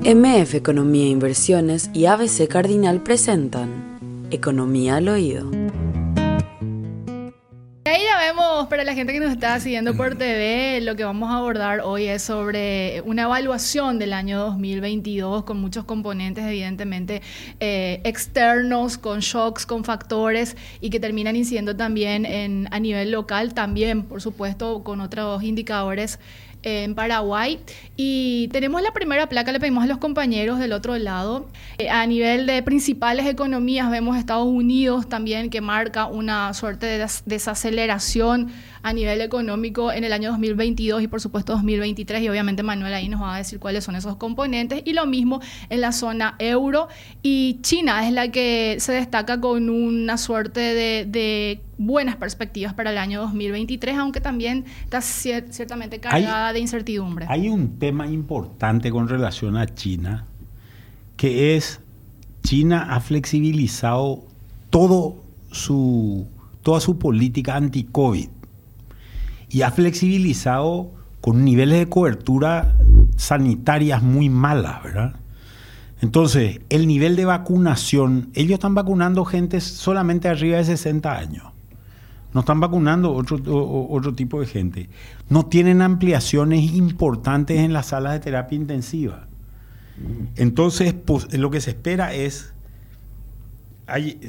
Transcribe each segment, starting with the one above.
MF Economía e Inversiones y ABC Cardinal presentan Economía al Oído. Ahí ya vemos, para la gente que nos está siguiendo por TV, lo que vamos a abordar hoy es sobre una evaluación del año 2022 con muchos componentes evidentemente externos, con shocks, con factores y que terminan incidiendo también a nivel local, también por supuesto con otros indicadores en Paraguay. Y tenemos la primera placa, le pedimos a los compañeros del otro lado. A nivel de principales economías vemos Estados Unidos también, que marca una suerte de desaceleración a nivel económico en el año 2022 y por supuesto 2023, y obviamente Manuel ahí nos va a decir cuáles son esos componentes, y lo mismo en la zona euro. Y China es la que se destaca con una suerte de buenas perspectivas para el año 2023, aunque también está ciertamente cargada de incertidumbre. Hay un tema importante con relación a China, que es China ha flexibilizado toda su política anti-COVID y ha flexibilizado con niveles de cobertura sanitarias muy malas, ¿verdad? Entonces, el nivel de vacunación, ellos están vacunando gente solamente arriba de 60 años. No están vacunando otro tipo de gente. No tienen ampliaciones importantes en las salas de terapia intensiva. Entonces, pues, lo que se espera es... Hay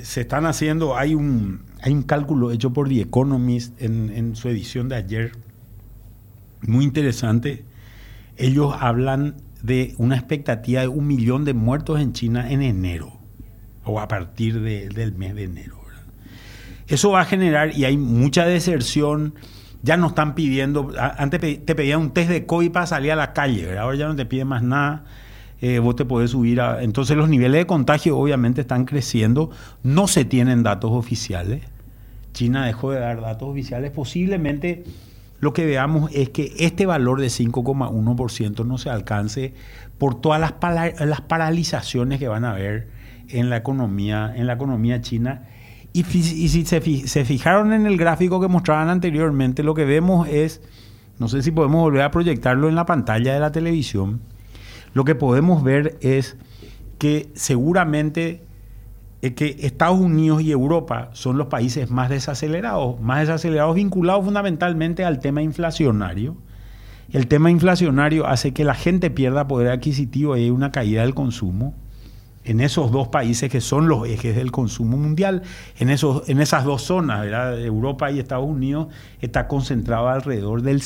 un cálculo hecho por The Economist en su edición de ayer, muy interesante. Ellos hablan de una expectativa de 1 millón de muertos en China en enero, o a partir del mes de enero. Eso va a generar, y hay mucha deserción, ya no están pidiendo, antes te pedían un test de COVID para salir a la calle, ¿verdad? Ahora ya no te piden más nada, vos te podés subir entonces los niveles de contagio obviamente están creciendo, no se tienen datos oficiales, China dejó de dar datos oficiales, posiblemente lo que veamos es que este valor de 5,1% no se alcance por todas las paralizaciones que van a haber en la economía china. Y si se fijaron en el gráfico que mostraban anteriormente, lo que vemos es, no sé si podemos volver a proyectarlo en la pantalla de la televisión, lo que podemos ver es que seguramente que Estados Unidos y Europa son los países más desacelerados vinculados fundamentalmente al tema inflacionario. El tema inflacionario hace que la gente pierda poder adquisitivo y hay una caída del consumo. En esos dos países que son los ejes del consumo mundial, en esas dos zonas, ¿verdad? Europa y Estados Unidos, está concentrado alrededor del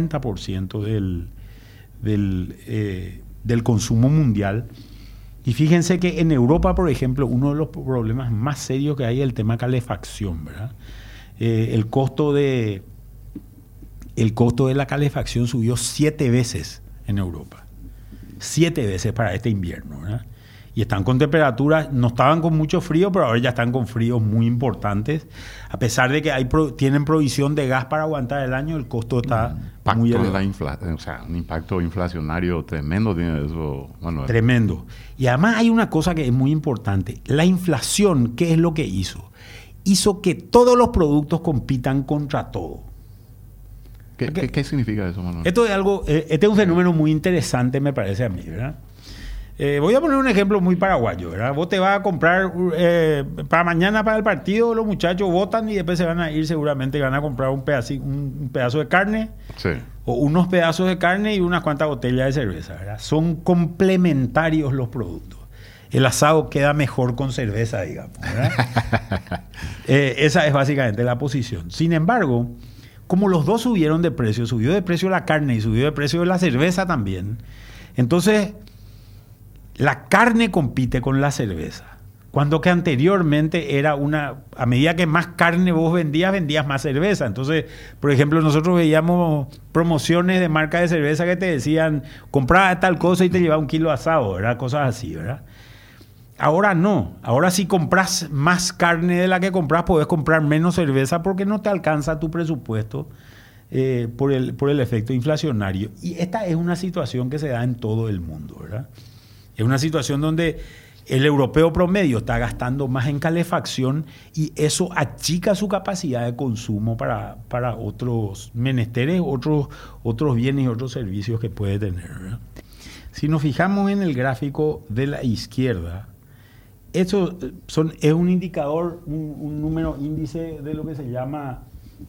50% del consumo mundial. Y fíjense que en Europa, por ejemplo, uno de los problemas más serios que hay es el tema calefacción, ¿verdad? El costo de la calefacción subió 7 veces en Europa. 7 veces para este invierno, ¿verdad? Y están con temperaturas, no estaban con mucho frío, pero ahora ya están con fríos muy importantes. A pesar de que tienen provisión de gas para aguantar el año, el costo está muy elevado. Un impacto inflacionario tremendo tiene eso, Manuel. Tremendo. Y además hay una cosa que es muy importante. La inflación, ¿qué es lo que hizo? Hizo que todos los productos compitan contra todo. ¿Qué significa eso, Manuel? Esto es este es un fenómeno muy interesante, me parece a mí, ¿verdad? Voy a poner un ejemplo muy paraguayo, ¿verdad? Vos te vas a comprar para mañana para el partido, los muchachos votan y después se van a ir seguramente y van a comprar un pedazo de carne, sí, o unos pedazos de carne y unas cuantas botellas de cerveza, ¿verdad? Son complementarios los productos. El asado queda mejor con cerveza, digamos, ¿verdad? Esa es básicamente la posición. Sin embargo, como los dos subieron de precio, subió de precio la carne y subió de precio la cerveza también, entonces la carne compite con la cerveza. Cuando que anteriormente era a medida que más carne vos vendías más cerveza. Entonces, por ejemplo, nosotros veíamos promociones de marca de cerveza que te decían, comprá tal cosa y te llevaba 1 kilo de asado, ¿verdad? Cosas así, ¿verdad? Ahora no. Ahora si compras más carne de la que compras, podés comprar menos cerveza porque no te alcanza tu presupuesto por el efecto inflacionario. Y esta es una situación que se da en todo el mundo, ¿verdad? Es una situación donde el europeo promedio está gastando más en calefacción y eso achica su capacidad de consumo para otros menesteres, otros bienes y otros servicios que puede tener, ¿verdad? Si nos fijamos en el gráfico de la izquierda, eso es un indicador, un número índice de lo que se llama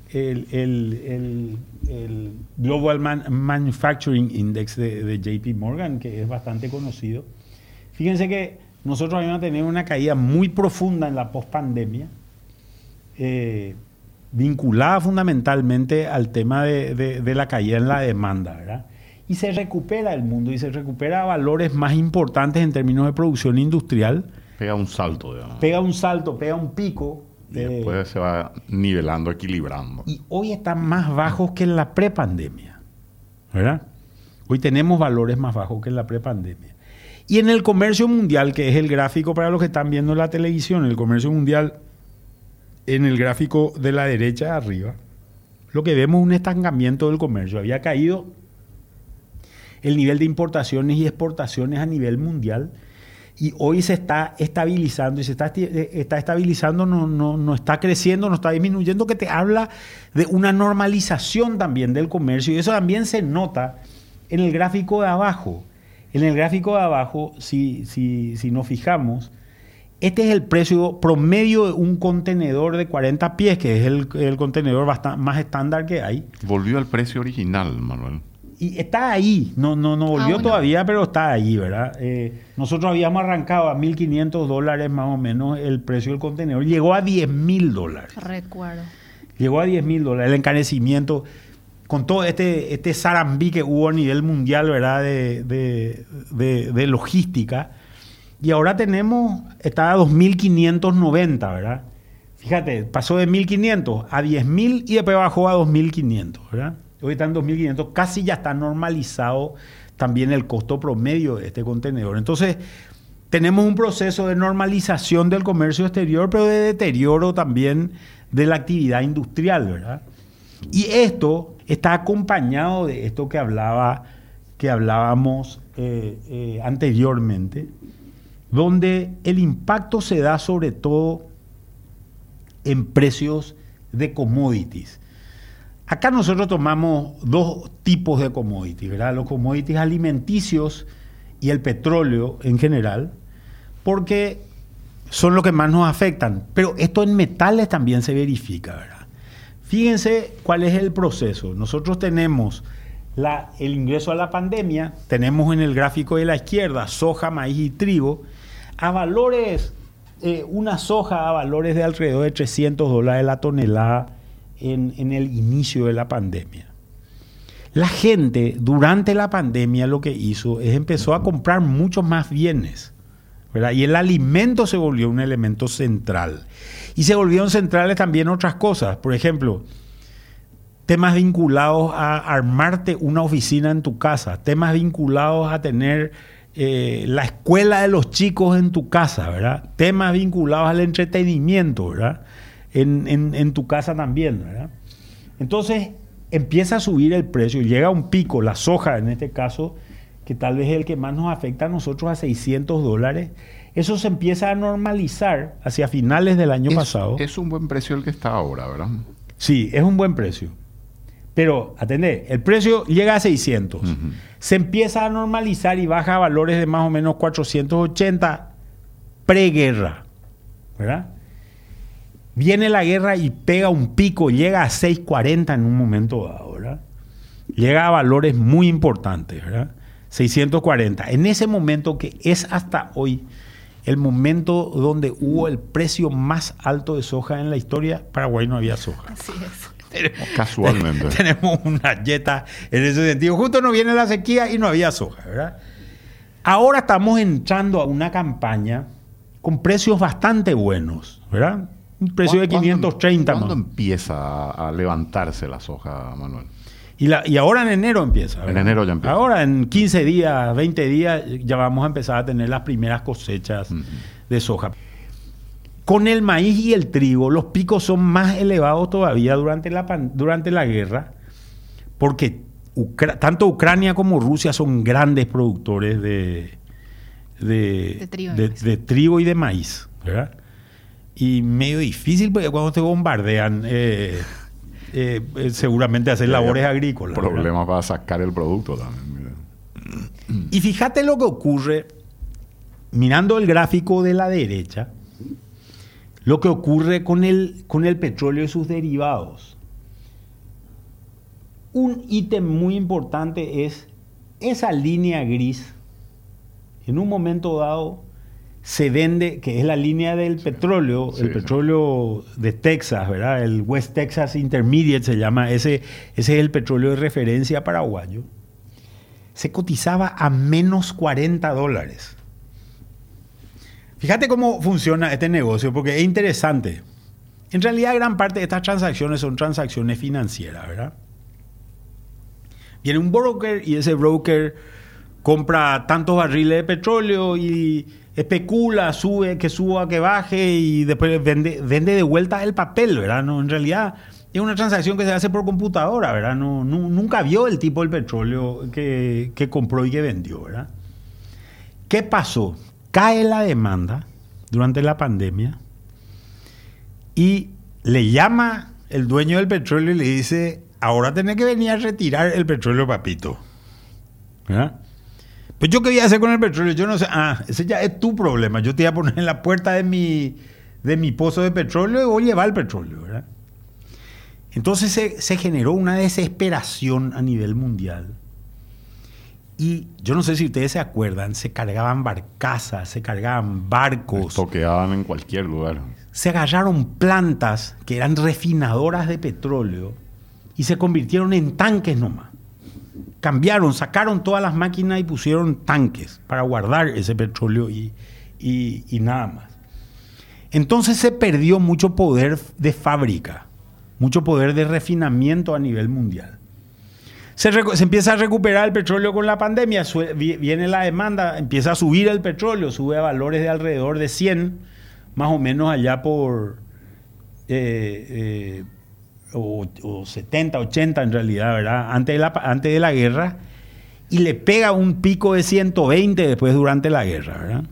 el Global Manufacturing Index de JP Morgan, que es bastante conocido. Fíjense que nosotros habíamos tenido una caída muy profunda en la pospandemia, vinculada fundamentalmente al tema de la caída en la demanda, ¿verdad? Y se recupera el mundo y se recupera a valores más importantes en términos de producción industrial. Pega un salto, digamos. Pega un salto, pega un pico. Y después se va nivelando, equilibrando. Y hoy están más bajos que en la prepandemia, ¿verdad? Hoy tenemos valores más bajos que en la prepandemia. Y en el comercio mundial, que es el gráfico para los que están viendo la televisión, el comercio mundial, en el gráfico de la derecha arriba, lo que vemos es un estancamiento del comercio. Había caído el nivel de importaciones y exportaciones a nivel mundial y hoy se está estabilizando y se está estabilizando, no está creciendo, no está disminuyendo, que te habla de una normalización también del comercio y eso también se nota en el gráfico de abajo. En el gráfico de abajo, si nos fijamos, este es el precio promedio de un contenedor de 40 pies, que es el contenedor más estándar que hay. Volvió al precio original, Manuel. Y está ahí, no volvió todavía, pero está ahí, ¿verdad? Nosotros habíamos arrancado a $1.500 más o menos el precio del contenedor. Llegó a $10.000. Recuerdo. Llegó a $10.000. El encarecimiento, con todo este sarambí que hubo a nivel mundial, ¿verdad? De logística. Y ahora está a 2.590, ¿verdad? Fíjate, pasó de 1.500 a 10.000 y después bajó a 2.500, ¿verdad? Hoy está en 2.500, casi ya está normalizado también el costo promedio de este contenedor. Entonces, tenemos un proceso de normalización del comercio exterior, pero de deterioro también de la actividad industrial, ¿verdad? Y esto está acompañado de esto que hablábamos anteriormente, donde el impacto se da sobre todo en precios de commodities. Acá nosotros tomamos dos tipos de commodities, ¿verdad? Los commodities alimenticios y el petróleo en general, porque son los que más nos afectan. Pero esto en metales también se verifica, ¿verdad? Fíjense cuál es el proceso. Nosotros tenemos el ingreso a la pandemia, tenemos en el gráfico de la izquierda soja, maíz y trigo, a valores, una soja a valores de alrededor de $300 la tonelada en el inicio de la pandemia. La gente durante la pandemia lo que hizo es empezó a comprar muchos más bienes, ¿verdad? Y el alimento se volvió un elemento central. Y se volvieron centrales también otras cosas. Por ejemplo, temas vinculados a armarte una oficina en tu casa, temas vinculados a tener la escuela de los chicos en tu casa, ¿verdad? Temas vinculados al entretenimiento, ¿verdad? En tu casa también, ¿verdad? Entonces empieza a subir el precio, llega a un pico, la soja en este caso, que tal vez es el que más nos afecta a nosotros, a $600. Eso se empieza a normalizar hacia finales del año pasado. Es un buen precio el que está ahora, ¿verdad? Sí, es un buen precio. Pero, atendé, el precio llega a 600. Uh-huh. Se empieza a normalizar y baja a valores de más o menos 480 preguerra, ¿verdad? Viene la guerra y pega un pico, llega a 640 en un momento dado, ¿verdad? Llega a valores muy importantes, ¿verdad? 640. En ese momento, que es hasta hoy el momento donde hubo el precio más alto de soja en la historia, Paraguay no había soja. Así es. Casualmente. Tenemos una yeta en ese sentido. Justo nos viene la sequía y no había soja, ¿verdad? Ahora estamos entrando a una campaña con precios bastante buenos, ¿verdad? Un precio de 530. ¿Cuándo empieza a levantarse la soja, Manuel? Y ahora en enero empieza, ¿verdad? En enero ya empieza. Ahora en 15 días, 20 días, ya vamos a empezar a tener las primeras cosechas de soja. Con el maíz y el trigo, los picos son más elevados todavía durante la guerra, porque tanto Ucrania como Rusia son grandes productores de trigo y de maíz, ¿verdad? Y medio difícil, porque cuando te bombardean, seguramente hacer labores agrícolas. Problemas para sacar el producto también. Mira. Y fíjate lo que ocurre, mirando el gráfico de la derecha, lo que ocurre con el petróleo y sus derivados. Un ítem muy importante es esa línea gris. En un momento dado se vende, que es la línea del petróleo, el petróleo de Texas, ¿verdad? El West Texas Intermediate se llama, ese es el petróleo de referencia paraguayo. Se cotizaba a menos $40. Fíjate cómo funciona este negocio, porque es interesante. En realidad, gran parte de estas transacciones son transacciones financieras, ¿verdad? Viene un broker y ese broker compra tantos barriles de petróleo y especula, sube, que suba, que baje y después vende de vuelta el papel, ¿verdad? No, en realidad es una transacción que se hace por computadora, ¿verdad? Nunca vio el tipo del petróleo que compró y que vendió, ¿verdad? ¿Qué pasó? Cae la demanda durante la pandemia y le llama el dueño del petróleo y le dice: ahora tenés que venir a retirar el petróleo, papito. ¿Verdad? Pues yo qué voy a hacer con el petróleo, yo no sé. Ese ya es tu problema. Yo te voy a poner en la puerta de mi pozo de petróleo y voy a llevar el petróleo, ¿verdad? Entonces se generó una desesperación a nivel mundial. Y yo no sé si ustedes se acuerdan, se cargaban barcazas, se cargaban barcos. Estoqueaban en cualquier lugar. Se agarraron plantas que eran refinadoras de petróleo y se convirtieron en tanques nomás. Cambiaron, sacaron todas las máquinas y pusieron tanques para guardar ese petróleo y nada más. Entonces se perdió mucho poder de fábrica, mucho poder de refinamiento a nivel mundial. Se empieza a recuperar el petróleo con la pandemia, viene la demanda, empieza a subir el petróleo, sube a valores de alrededor de 100, más o menos allá por o 70, 80 en realidad, ¿verdad? Antes de la guerra, y le pega un pico de 120 después durante la guerra, ¿verdad?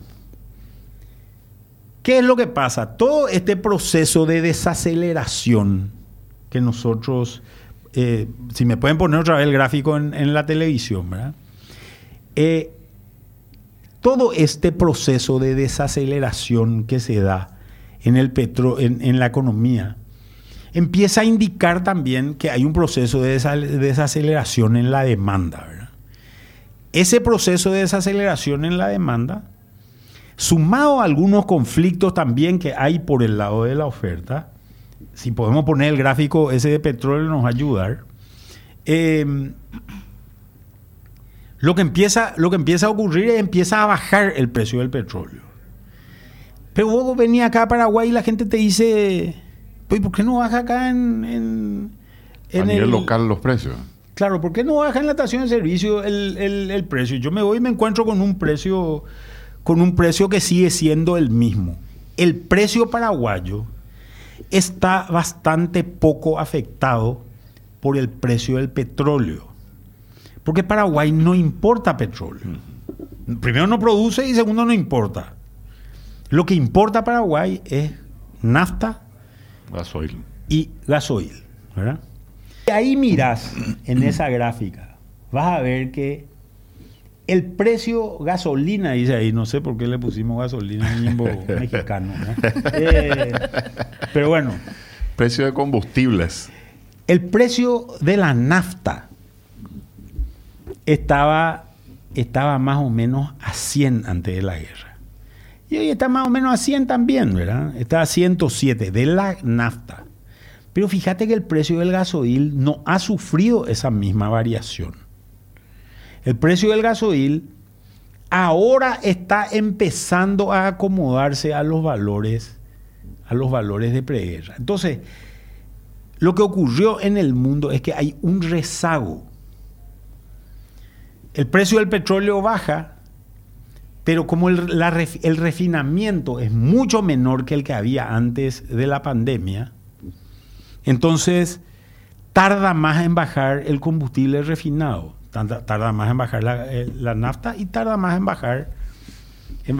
¿Qué es lo que pasa? Todo este proceso de desaceleración que nosotros... si me pueden poner otra vez el gráfico en la televisión, ¿verdad? Todo este proceso de desaceleración que se da en la economía empieza a indicar también que hay un proceso de desaceleración en la demanda, ¿verdad? Ese proceso de desaceleración en la demanda, sumado a algunos conflictos también que hay por el lado de la oferta, si podemos poner el gráfico ese de petróleo nos va a ayudar. Lo que empieza a ocurrir es que empieza a bajar el precio del petróleo. Pero vos venís acá a Paraguay y la gente te dice: pues, ¿por qué no baja acá a nivel local los precios? Claro, ¿por qué no baja en la estación de servicio el precio? Yo me voy y me encuentro con un precio que sigue siendo el mismo. El precio paraguayo está bastante poco afectado por el precio del petróleo. Porque Paraguay no importa petróleo. Primero no produce y segundo no importa. Lo que importa a Paraguay es nafta, gasoil y gasoil, ¿verdad? Y ahí mirás en esa gráfica, vas a ver que el precio gasolina, dice ahí, no sé por qué le pusimos gasolina en limbo mexicano, ¿no? Pero bueno. Precio de combustibles. El precio de la nafta estaba más o menos a 100 antes de la guerra. Y hoy está más o menos a 100 también, ¿verdad? Está a 107 de la nafta. Pero fíjate que el precio del gasoil no ha sufrido esa misma variación. El precio del gasoil ahora está empezando a acomodarse a los valores de preguerra. Entonces, lo que ocurrió en el mundo es que hay un rezago. El precio del petróleo baja, pero como el refinamiento es mucho menor que el que había antes de la pandemia, entonces tarda más en bajar el combustible refinado. Tarda más en bajar la nafta y tarda más en bajar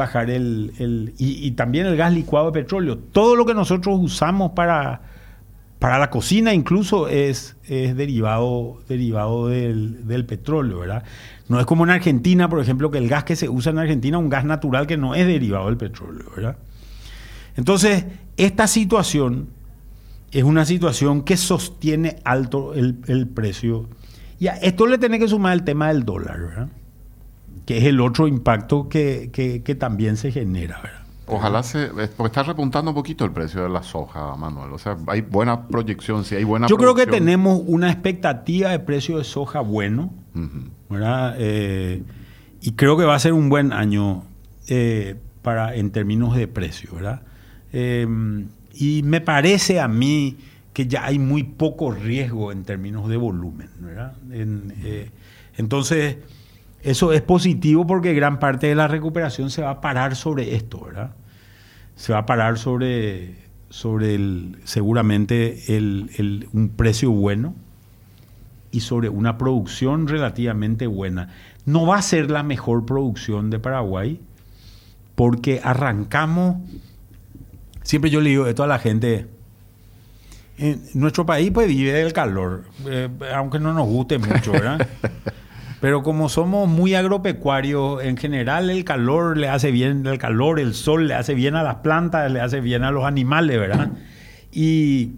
y también el gas licuado de petróleo. Todo lo que nosotros usamos para para la cocina incluso es derivado del petróleo, ¿verdad? No es como en Argentina, por ejemplo, que el gas que se usa en Argentina es un gas natural que no es derivado del petróleo, ¿verdad? Entonces, esta situación es una situación que sostiene alto el precio. Y a esto le tiene que sumar el tema del dólar, ¿verdad? Que es el otro impacto que también se genera, ¿verdad? Ojalá porque está repuntando un poquito el precio de la soja, Manuel. O sea, hay buena proyección, sí hay buena Yo creo que producción. tenemos una expectativa de precio de soja bueno, ¿verdad? Y creo que va a ser un buen año en términos de precio, ¿verdad? Y me parece a mí que ya hay muy poco riesgo en términos de volumen, ¿verdad? Entonces, eso es positivo porque gran parte de la recuperación se va a parar sobre esto, ¿verdad? Se va a parar sobre seguramente un precio bueno y sobre una producción relativamente buena. No va a ser la mejor producción de Paraguay porque arrancamos, siempre yo le digo esto a la gente, nuestro país pues vive del calor, aunque no nos guste mucho, ¿verdad? Pero como somos muy agropecuarios, en general el calor le hace bien, el sol le hace bien a las plantas, le hace bien a los animales, ¿verdad? Y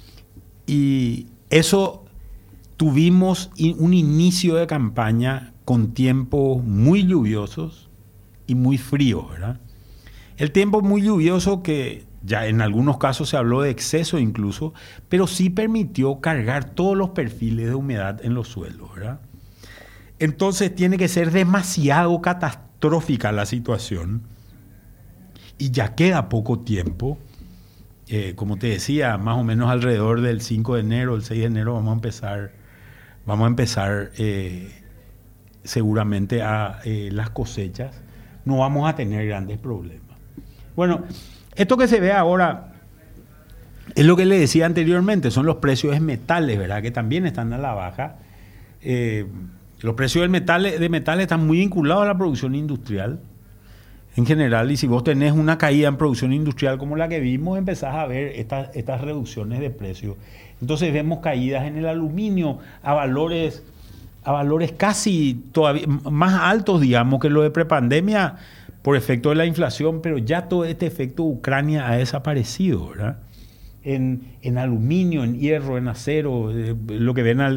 eso tuvimos un inicio de campaña con tiempos muy lluviosos y muy fríos, ¿verdad? El tiempo muy lluvioso que ya en algunos casos se habló de exceso incluso, pero sí permitió cargar todos los perfiles de humedad en los suelos, ¿verdad? Entonces tiene que ser demasiado catastrófica la situación y ya queda poco tiempo. Como te decía, más o menos alrededor del 5 de enero, el 6 de enero vamos a empezar seguramente las cosechas. No vamos a tener grandes problemas. Bueno, esto que se ve ahora es lo que le decía anteriormente, son los precios de metales, ¿verdad? Que también están a la baja. Los precios de metales están muy vinculados a la producción industrial en general, y si vos tenés una caída en producción industrial como la que vimos, empezás a ver estas reducciones de precios. Entonces vemos caídas en el aluminio a valores casi todavía más altos, digamos, que lo de prepandemia por efecto de la inflación, pero ya todo este efecto Ucrania ha desaparecido, ¿verdad? En aluminio, en hierro, en acero, lo que ven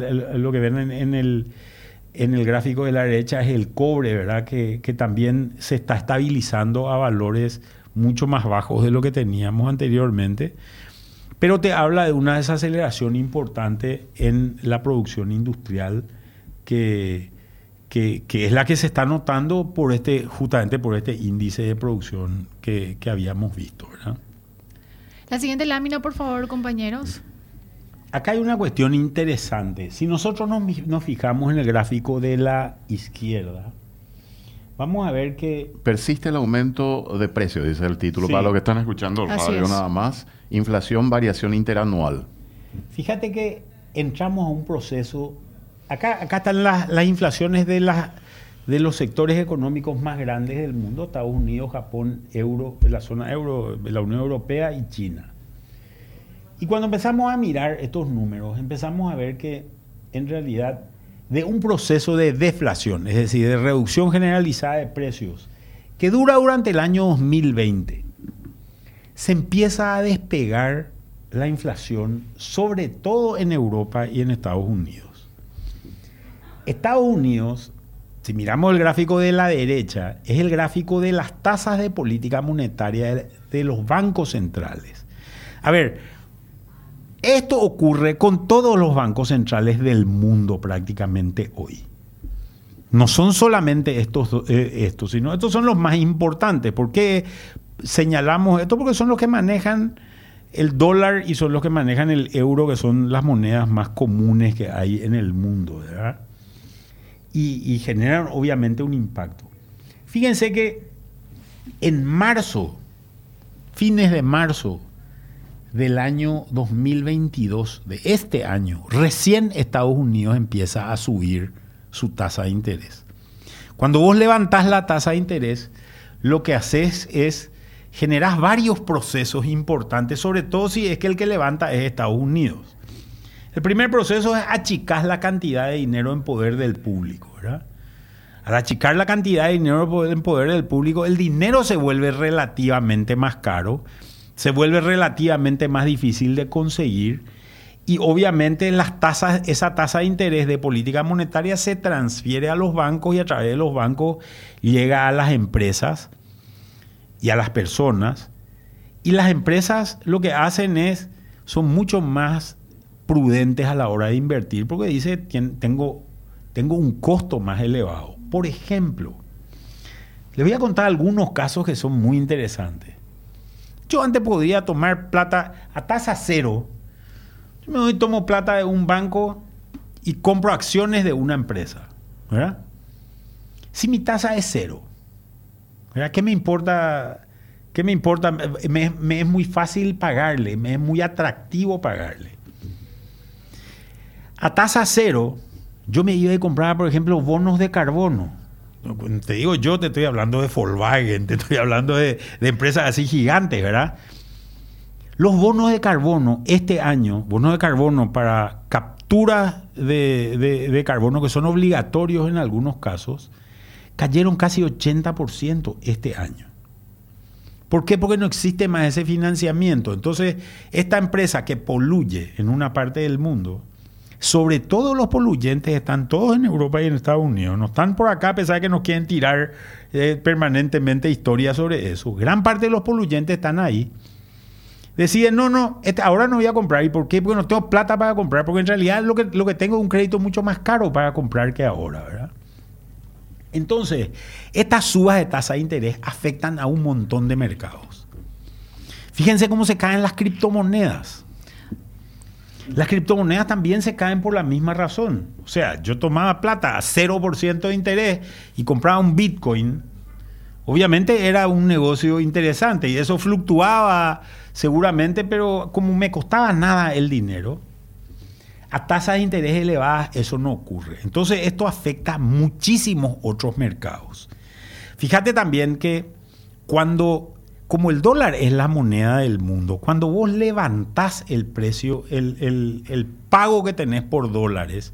en el gráfico de la derecha es el cobre, ¿verdad? Que también se está estabilizando a valores mucho más bajos de lo que teníamos anteriormente. Pero te habla de una desaceleración importante en la producción industrial que es la que se está notando justamente por este índice de producción que habíamos visto, ¿verdad? La siguiente lámina, por favor, compañeros. Acá hay una cuestión interesante. Si nosotros nos fijamos en el gráfico de la izquierda, vamos a ver que... Persiste el aumento de precios, dice el título, sí, para los que están escuchando el Así radio es. nada más. Inflación, variación interanual. Fíjate que entramos a un proceso... Acá están las inflaciones de los sectores económicos más grandes del mundo: Estados Unidos, Japón, la zona euro, la Unión Europea y China. Y cuando empezamos a mirar estos números, empezamos a ver que en realidad de un proceso de deflación, es decir, de reducción generalizada de precios, que dura durante el año 2020, se empieza a despegar la inflación, sobre todo en Europa y en Estados Unidos. Estados Unidos, si miramos el gráfico de la derecha, es el gráfico de las tasas de política monetaria de los bancos centrales. A ver, esto ocurre con todos los bancos centrales del mundo prácticamente hoy. No son solamente estos, sino estos son los más importantes. ¿Por qué señalamos esto? Porque son los que manejan el dólar y son los que manejan el euro, que son las monedas más comunes que hay en el mundo, ¿verdad? Y generan obviamente un impacto. Fíjense que en marzo, fines de marzo del año 2022, de este año, recién Estados Unidos empieza a subir su tasa de interés. Cuando vos levantás la tasa de interés, lo que haces es generás varios procesos importantes, sobre todo si es que el que levanta es Estados Unidos. El primer proceso es achicar la cantidad de dinero en poder del público, ¿verdad? Al achicar la cantidad de dinero en poder del público, el dinero se vuelve relativamente más caro, se vuelve relativamente más difícil de conseguir y obviamente esa tasa de interés de política monetaria se transfiere a los bancos y a través de los bancos llega a las empresas y a las personas. Y las empresas lo que hacen son mucho más prudentes a la hora de invertir porque dice, tengo un costo más elevado. Por ejemplo, les voy a contar algunos casos que son muy interesantes. Yo antes podía tomar plata a tasa cero. Yo tomo plata de un banco y compro acciones de una empresa, ¿verdad? Si mi tasa es cero, ¿verdad? ¿Qué me importa? Me es muy fácil pagarle, me es muy atractivo pagarle. A tasa cero, yo me iba a comprar, por ejemplo, bonos de carbono. Te digo yo, te estoy hablando de Volkswagen, te estoy hablando de empresas así gigantes, ¿verdad? Los bonos de carbono este año, bonos de carbono para capturas de carbono que son obligatorios en algunos casos, cayeron casi 80% este año. ¿Por qué? Porque no existe más ese financiamiento. Entonces, esta empresa que poluye en una parte del mundo, sobre todo los poluyentes están todos en Europa y en Estados Unidos. No están por acá a pesar de que nos quieren tirar permanentemente historias sobre eso. Gran parte de los poluyentes están ahí. Deciden, ahora no voy a comprar. ¿Y por qué? Porque no tengo plata para comprar. Porque en realidad lo que tengo es un crédito mucho más caro para comprar que ahora, ¿verdad? Entonces, estas subas de tasa de interés afectan a un montón de mercados. Fíjense cómo se caen las criptomonedas. Las criptomonedas también se caen por la misma razón. O sea, yo tomaba plata a 0% de interés y compraba un Bitcoin. Obviamente era un negocio interesante y eso fluctuaba seguramente, pero como me costaba nada el dinero, a tasas de interés elevadas eso no ocurre. Entonces esto afecta a muchísimos otros mercados. Fíjate también que como el dólar es la moneda del mundo, cuando vos levantás el precio, el pago que tenés por dólares,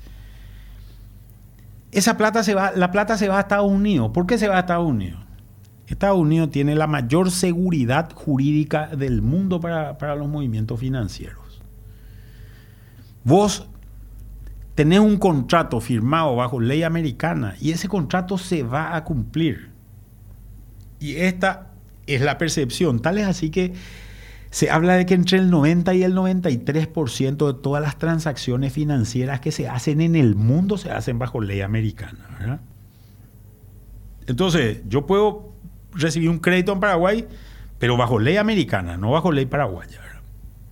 la plata se va a Estados Unidos. ¿Por qué se va a Estados Unidos? Estados Unidos tiene la mayor seguridad jurídica del mundo para los movimientos financieros. Vos tenés un contrato firmado bajo ley americana y ese contrato se va a cumplir. Y esta es la percepción. Tal es así que se habla de que entre el 90 y el 93% de todas las transacciones financieras que se hacen en el mundo se hacen bajo ley americana, ¿verdad? Entonces, yo puedo recibir un crédito en Paraguay, pero bajo ley americana, no bajo ley paraguaya, ¿verdad?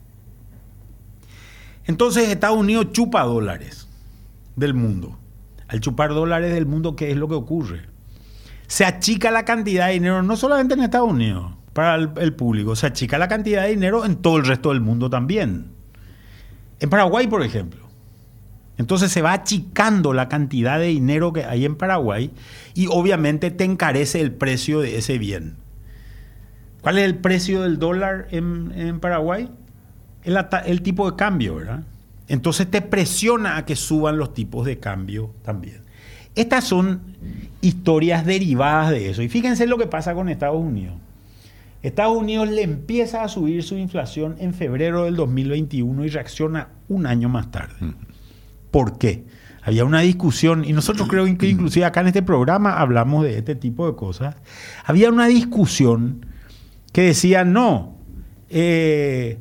Entonces, Estados Unidos chupa dólares del mundo. Al chupar dólares del mundo, ¿qué es lo que ocurre? Se achica la cantidad de dinero, no solamente en Estados Unidos, para el público, se achica la cantidad de dinero en todo el resto del mundo también. En Paraguay, por ejemplo. Entonces se va achicando la cantidad de dinero que hay en Paraguay y obviamente te encarece el precio de ese bien. ¿Cuál es el precio del dólar en Paraguay? El tipo de cambio, ¿verdad? Entonces te presiona a que suban los tipos de cambio también. Estas son historias derivadas de eso. Y fíjense lo que pasa con Estados Unidos. Estados Unidos le empieza a subir su inflación en febrero del 2021 y reacciona un año más tarde. ¿Por qué? Había una discusión, y nosotros creo que inclusive acá en este programa hablamos de este tipo de cosas. Había una discusión que decía, no, es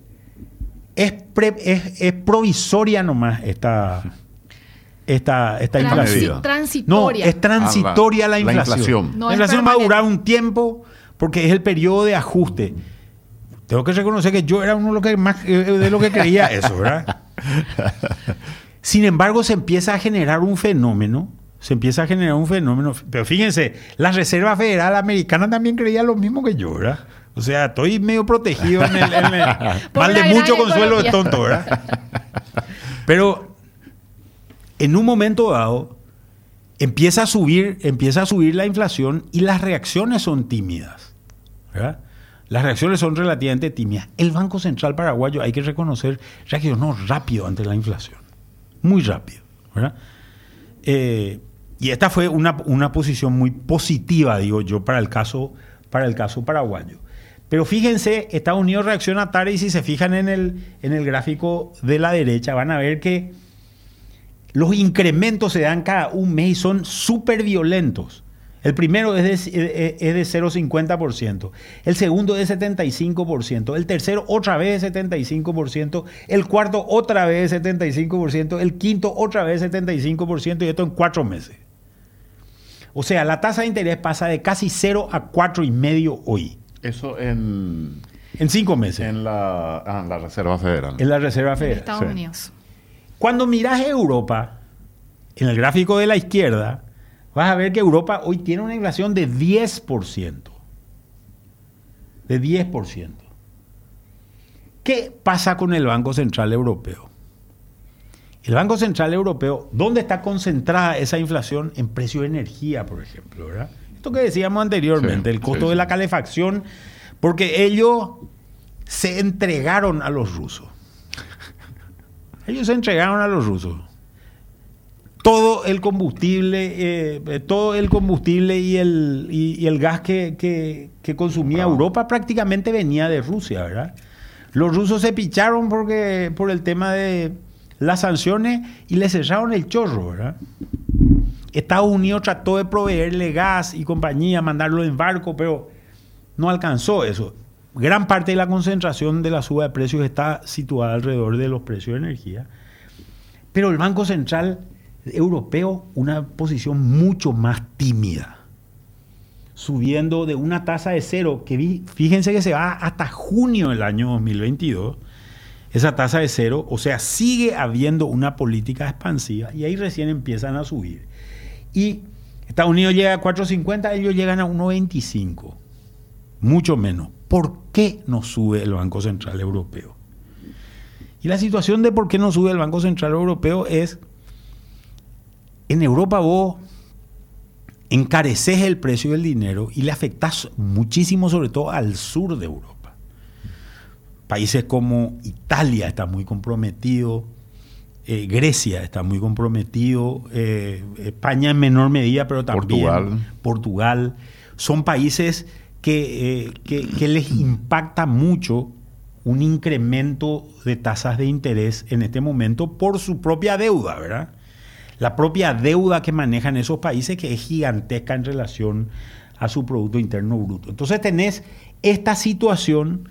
provisoria nomás esta inflación. Transitoria. No, es transitoria la inflación. No la es inflación va a permanente. durar un tiempo porque es el periodo de ajuste. Tengo que reconocer que yo era uno de lo que creía eso, ¿verdad? Sin embargo, se empieza a generar un fenómeno. Pero fíjense, la Reserva Federal Americana también creía lo mismo que yo, ¿verdad? O sea, estoy medio protegido en el mal de mucho consuelo de tonto, ¿verdad? Pero en un momento dado empieza a subir la inflación y las reacciones son tímidas, ¿verdad? las reacciones son relativamente tímidas. El Banco Central paraguayo, hay que reconocer, reaccionó rápido ante la inflación. Muy rápido, ¿verdad? Y esta fue una posición muy positiva, digo yo, para el caso paraguayo. Pero fíjense, Estados Unidos reacciona tarde y si se fijan en el gráfico de la derecha van a ver que los incrementos se dan cada un mes y son súper violentos. El primero es de 0,50%, el segundo es de 75%, el tercero otra vez de 75%, el cuarto otra vez de 75%, el quinto otra vez de 75% y esto en 4 meses. O sea, la tasa de interés pasa de casi 0 a 4,5 hoy. Eso en 5 meses. En la Reserva Federal. En la Reserva Federal. En Estados Unidos. Cuando miras Europa, en el gráfico de la izquierda, vas a ver que Europa hoy tiene una inflación de 10%. De 10%. ¿Qué pasa con el Banco Central Europeo? El Banco Central Europeo, ¿dónde está concentrada esa inflación? En precio de energía, por ejemplo, ¿verdad? Esto que decíamos anteriormente, el costo de la calefacción, porque ellos se entregaron a los rusos. Ellos se entregaron a los rusos. Todo el combustible y el gas que consumía Europa prácticamente venía de Rusia, ¿verdad? Los rusos se picharon por el tema de las sanciones y le cerraron el chorro, ¿verdad? Estados Unidos trató de proveerle gas y compañía, mandarlo en barco, pero no alcanzó eso. Gran parte de la concentración de la suba de precios está situada alrededor de los precios de energía. Pero el Banco Central Europeo, una posición mucho más tímida, subiendo de una tasa de 0, que fíjense que se va hasta junio del año 2022, esa tasa de 0, o sea, sigue habiendo una política expansiva y ahí recién empiezan a subir. Y Estados Unidos llega a 4,50, ellos llegan a 1,25, mucho menos. ¿Por qué no sube el Banco Central Europeo? Y la situación de por qué no sube el Banco Central Europeo es: en Europa vos encareces el precio del dinero y le afectás muchísimo, sobre todo al sur de Europa. Países como Italia está muy comprometido, Grecia está muy comprometido, España en menor medida, pero también Portugal. Son países que les impacta mucho un incremento de tasas de interés en este momento por su propia deuda, ¿verdad? La propia deuda que manejan esos países, que es gigantesca en relación a su Producto Interno Bruto. Entonces tenés esta situación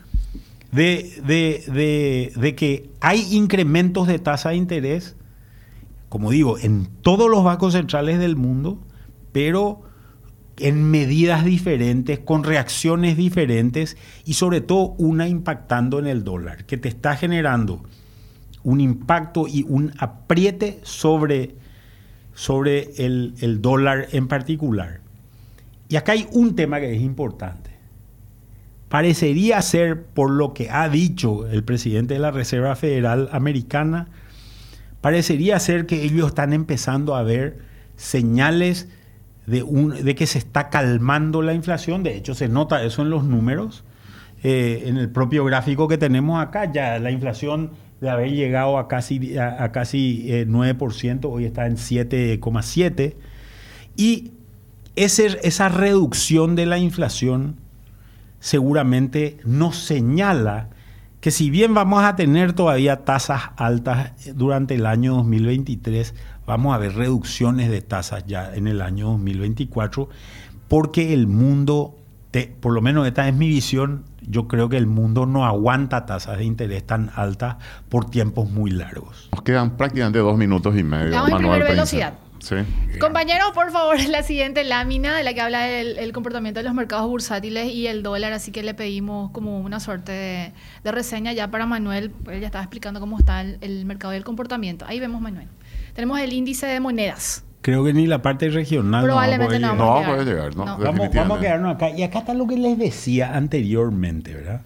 de que hay incrementos de tasa de interés, como digo, en todos los bancos centrales del mundo, pero en medidas diferentes, con reacciones diferentes y sobre todo una impactando en el dólar, que te está generando un impacto y un apriete sobre el dólar en particular. Y acá hay un tema que es importante. Parecería ser, por lo que ha dicho el presidente de la Reserva Federal Americana, parecería ser que ellos están empezando a ver señales de que se está calmando la inflación. De hecho, se nota eso en los números. En el propio gráfico que tenemos acá, ya la inflación de haber llegado a casi 9%, hoy está en 7,7%. Y esa reducción de la inflación seguramente nos señala que si bien vamos a tener todavía tasas altas durante el año 2023, vamos a ver reducciones de tasas ya en el año 2024, porque el mundo, por lo menos esta es mi visión, yo creo que el mundo no aguanta tasas de interés tan altas por tiempos muy largos. Nos quedan prácticamente 2 minutos y medio. Vamos en primera velocidad. Sí. Compañeros, por favor, la siguiente lámina de la que habla del comportamiento de los mercados bursátiles y el dólar, así que le pedimos como una suerte de reseña ya para Manuel. Él ya estaba explicando cómo está el mercado y el comportamiento. Ahí vemos, Manuel. Tenemos el índice de monedas. Creo que ni la parte regional probablemente no va a poder llegar. No. Vamos a quedarnos acá. Y acá está lo que les decía anteriormente, ¿verdad?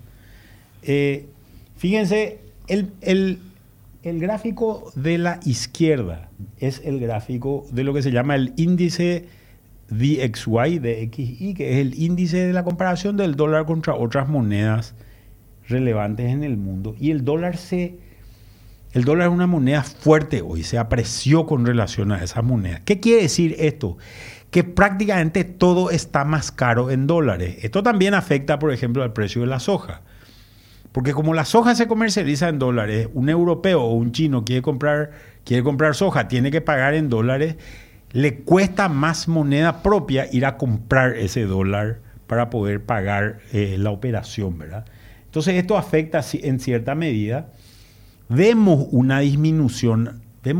Fíjense, el gráfico de la izquierda es el gráfico de lo que se llama el índice DXY, DXY, que es el índice de la comparación del dólar contra otras monedas relevantes en el mundo. Y el dólar es una moneda fuerte hoy, se apreció con relación a esa moneda. ¿Qué quiere decir esto? Que prácticamente todo está más caro en dólares. Esto también afecta, por ejemplo, al precio de la soja. Porque como la soja se comercializa en dólares, un europeo o un chino quiere comprar soja, tiene que pagar en dólares, le cuesta más moneda propia ir a comprar ese dólar para poder pagar la operación, ¿verdad? Entonces esto afecta en cierta medida. Vemos una disminución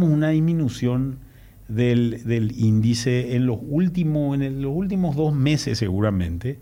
del índice en los últimos 2 meses seguramente,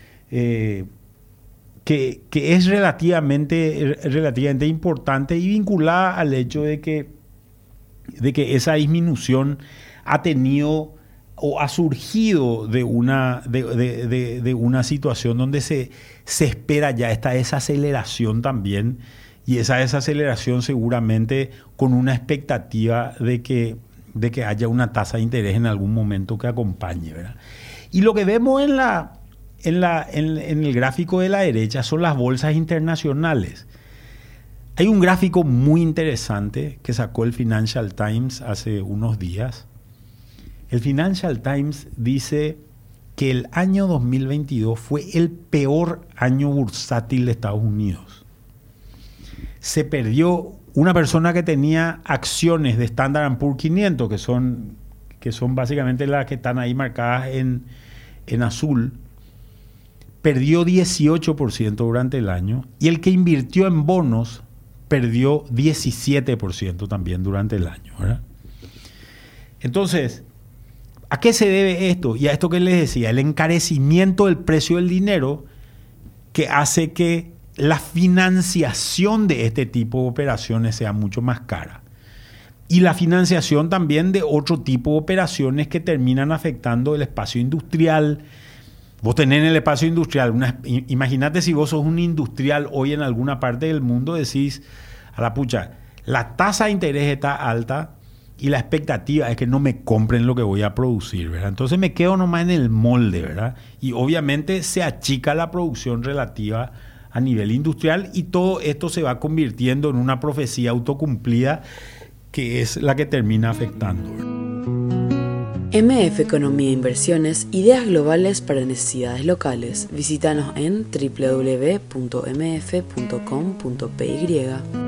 que es relativamente importante y vinculada al hecho de que esa disminución ha tenido o ha surgido de una situación donde se espera ya esta desaceleración también, y esa desaceleración seguramente con una expectativa de que haya una tasa de interés en algún momento que acompañe, ¿verdad? Y lo que vemos en el gráfico de la derecha son las bolsas internacionales. Hay un gráfico muy interesante que sacó el Financial Times hace unos días. El Financial Times dice que el año 2022 fue el peor año bursátil de Estados Unidos. Se perdió una persona que tenía acciones de Standard & Poor's 500, que son básicamente las que están ahí marcadas en azul, perdió 18% durante el año, y el que invirtió en bonos perdió 17% también durante el año, ¿verdad? Entonces, ¿a qué se debe esto? Y a esto que les decía, el encarecimiento del precio del dinero, que hace que la financiación de este tipo de operaciones sea mucho más cara. Y la financiación también de otro tipo de operaciones que terminan afectando el espacio industrial. Vos tenés en el espacio industrial, imagínate si vos sos un industrial hoy en alguna parte del mundo, decís, a la pucha, la tasa de interés está alta y la expectativa es que no me compren lo que voy a producir, ¿verdad? Entonces me quedo nomás en el molde, ¿verdad? Y obviamente se achica la producción relativa a nivel industrial, y todo esto se va convirtiendo en una profecía autocumplida que es la que termina afectando. MF Economía e Inversiones, ideas globales para necesidades locales. Visítanos en www.mf.com.py.